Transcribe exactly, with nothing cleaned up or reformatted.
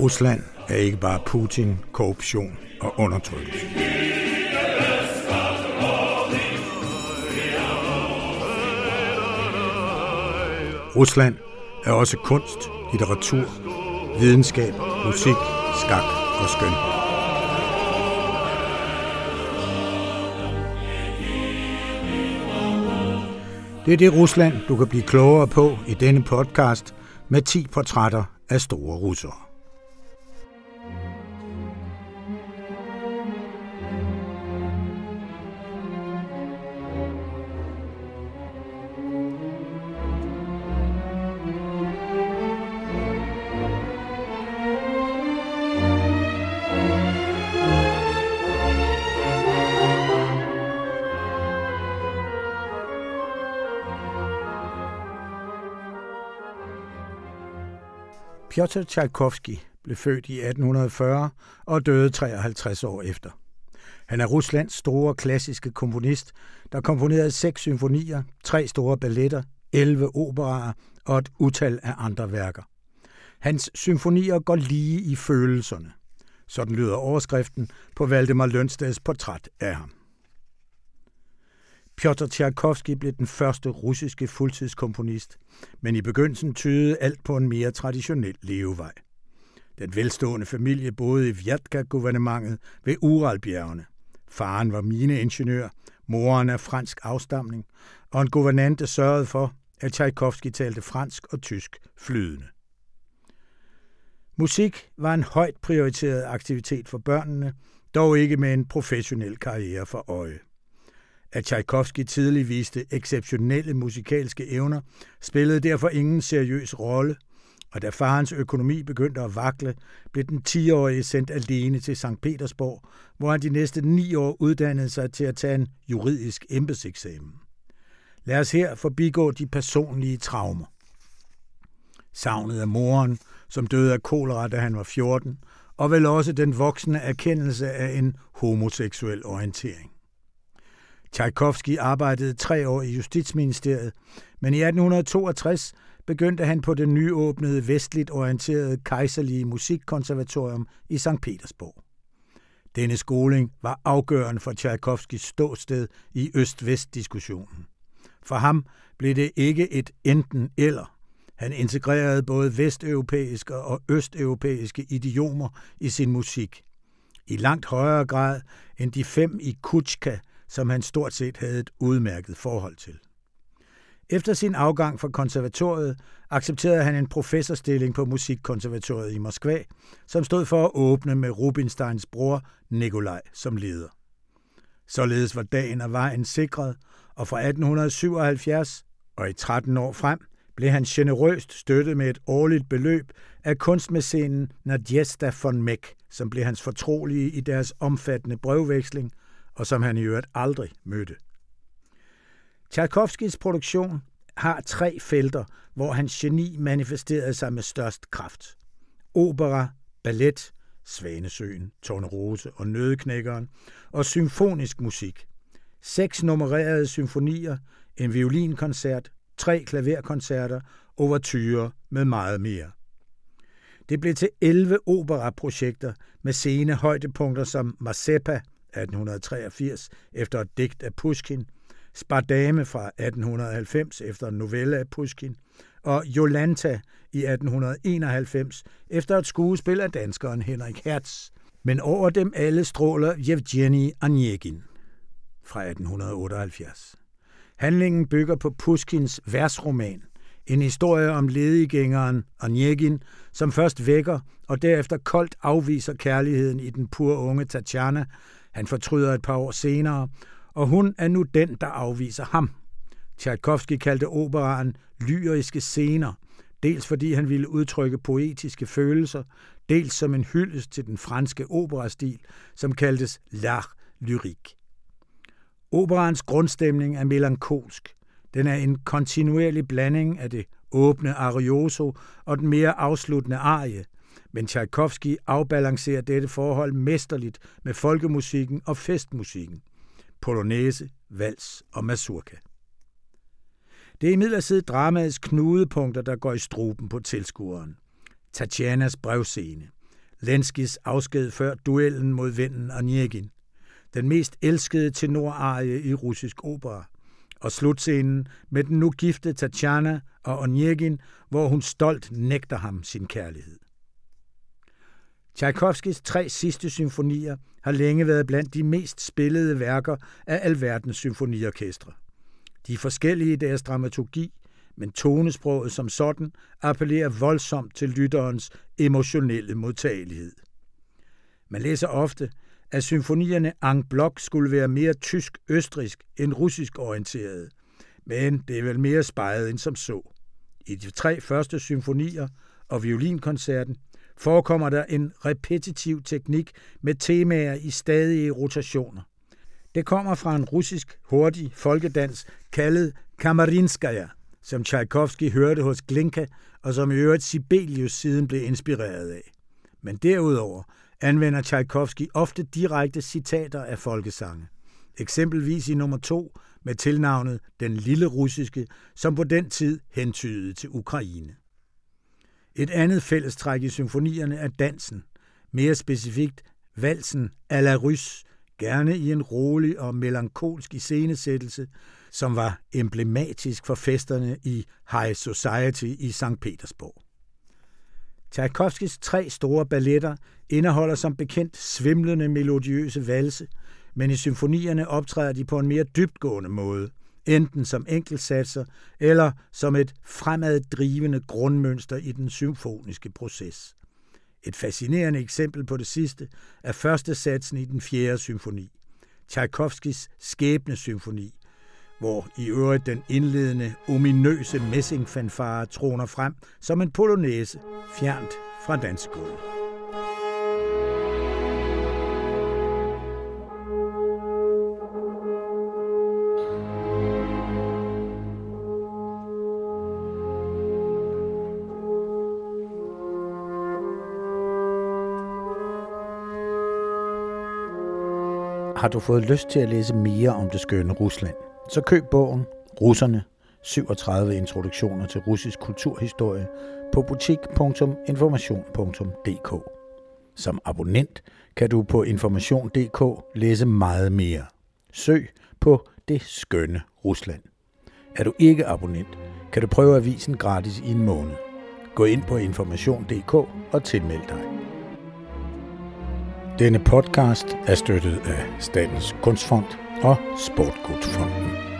Rusland er ikke bare Putin, korruption og undertrykkelse. Rusland er også kunst, litteratur, videnskab, musik, skak og skønhed. Det er det Rusland, du kan blive klogere på i denne podcast med ti portrætter af store russere. Pjotr Tjajkovskij blev født i atten fyrre og døde treoghalvtreds år efter. Han er Ruslands store klassiske komponist, der komponerede seks symfonier, tre store balletter, elleve operaer og et utal af andre værker. Hans symfonier går lige i følelserne. Sådan lyder overskriften på Valdemar Lønstads portræt af ham. Pjotr Tjajkovskij blev den første russiske fuldtidskomponist, men i begyndelsen tydede alt på en mere traditionel levevej. Den velstående familie boede i Vjatka-guvernementet ved Uralbjergene. Faren var mineingeniør, moren af fransk afstamning, og en guvernante sørgede for, at Tjajkovskij talte fransk og tysk flydende. Musik var en højt prioriteret aktivitet for børnene, dog ikke med en professionel karriere for øje. At Tjajkovskij tidligt viste exceptionelle musikalske evner, spillede derfor ingen seriøs rolle, og da farens økonomi begyndte at vakle, blev den ti-årige sendt alene til Sankt Petersborg, hvor han de næste ni år uddannede sig til at tage en juridisk embedseksamen. Lad os her forbigå de personlige traumer. Savnet af moren, som døde af kolera, da han var fjorten, og vel også den voksende erkendelse af en homoseksuel orientering. Tjajkovskij arbejdede tre år i Justitsministeriet, men i atten toogtres begyndte han på det nyåbnede vestligt orienterede kejserlige musikkonservatorium i Sankt Petersborg. Denne skoling var afgørende for Tjajkovskijs ståsted i øst-vest-diskussionen. For ham blev det ikke et enten-eller. Han integrerede både vesteuropæiske og østeuropæiske idiomer i sin musik, i langt højere grad end de fem i Kutjka, som han stort set havde et udmærket forhold til. Efter sin afgang fra konservatoriet accepterede han en professorstilling på Musikkonservatoriet i Moskva, som stod for at åbne med Rubinsteins bror Nikolaj som leder. Således var dagen og vejen sikret, og fra atten syvoghalvfjerds og i tretten år frem blev han generøst støttet med et årligt beløb af kunstmæcenen Nadezhda von Meck, som blev hans fortrolige i deres omfattende brevveksling, og som han i øvrigt aldrig mødte. Tjajkovskijs produktion har tre felter, hvor hans geni manifesterede sig med størst kraft. Opera, ballet, Svanesøen, Tornerose og Nøddeknækkeren, og symfonisk musik. Seks nummererede symfonier, en violinkoncert, tre klaverkoncerter, ouverturer med meget mere. Det blev til elleve operaprojekter med sene højdepunkter som Mazepa atten treogfirs efter et digt af Pusjkin, Spardame fra atten halvfems efter en novelle af Pusjkin, og Jolanta i atten enoghalvfems efter et skuespil af danskeren Henrik Hertz. Men over dem alle stråler Jevgenij Onegin fra atten otteoghalvfjerds. Handlingen bygger på Pusjkins versroman, en historie om lediggængeren Onegin, som først vækker og derefter koldt afviser kærligheden i den pur unge Tatjana. Han fortryder et par år senere, og hun er nu den, der afviser ham. Tjajkovskij kaldte operaen lyriske scener, dels fordi han ville udtrykke poetiske følelser, dels som en hyldest til den franske operastil, som kaldtes l'art lyrique. Operaens grundstemning er melankolsk. Den er en kontinuerlig blanding af det åbne arioso og den mere afsluttende arie, men Tjajkovskij afbalancerer dette forhold mesterligt med folkemusikken og festmusikken, polonaise, vals og mazurka. Det er imidlertid dramaets knudepunkter, der går i struben på tilskueren. Tatjanas brevscene, Lenskis afsked før duellen mod vennen Onegin, den mest elskede tenorarie i russisk opera, og slutscenen med den nu gifte Tatjana og Onegin, hvor hun stolt nægter ham sin kærlighed. Tjajkovskijs tre sidste symfonier har længe været blandt de mest spillede værker af alverdens symfoniorkestre. De er forskellige i deres dramaturgi, men tonesproget som sådan appellerer voldsomt til lytterens emotionelle modtagelighed. Man læser ofte, at symfonierne en bloc skulle være mere tysk-østrisk end russisk orienterede, men det er vel mere speget end som så. I de tre første symfonier og violinkoncerten forekommer der en repetitiv teknik med temaer i stadige rotationer. Det kommer fra en russisk hurtig folkedans kaldet Kamarinskaja, som Tjajkovskij hørte hos Glinka, og som i øvrigt Sibelius siden blev inspireret af. Men derudover anvender Tjajkovskij ofte direkte citater af folkesange. Eksempelvis i nummer to med tilnavnet Den lille russiske, som på den tid hentydede til Ukraine. Et andet fællestræk i symfonierne er dansen, mere specifikt valsen à la russe, gerne i en rolig og melankolsk iscenesættelse, som var emblematisk for festerne i High Society i Sankt Petersborg. Tjajkovskijs tre store balletter indeholder som bekendt svimlende melodiøse valse, men i symfonierne optræder de på en mere dybtgående måde, enten som enkeltsatser eller som et fremaddrivende grundmønster i den symfoniske proces. Et fascinerende eksempel på det sidste er første satsen i den fjerde symfoni, Tjajkovskijs Skæbnesymfoni, hvor i øvrigt den indledende, ominøse messingfanfare troner frem som en polonaise fjernt fra dansegulvet. Har du fået lyst til at læse mere om det skønne Rusland, så køb bogen Russerne, syvogtredive introduktioner til russisk kulturhistorie på butik punktum information punktum d k. Som abonnent kan du på information punktum d k læse meget mere. Søg på det skønne Rusland. Er du ikke abonnent, kan du prøve avisen gratis i en måned. Gå ind på information punktum d k og tilmeld dig. Denne podcast er støttet af Statens Kunstfond og Sportgodsfonden.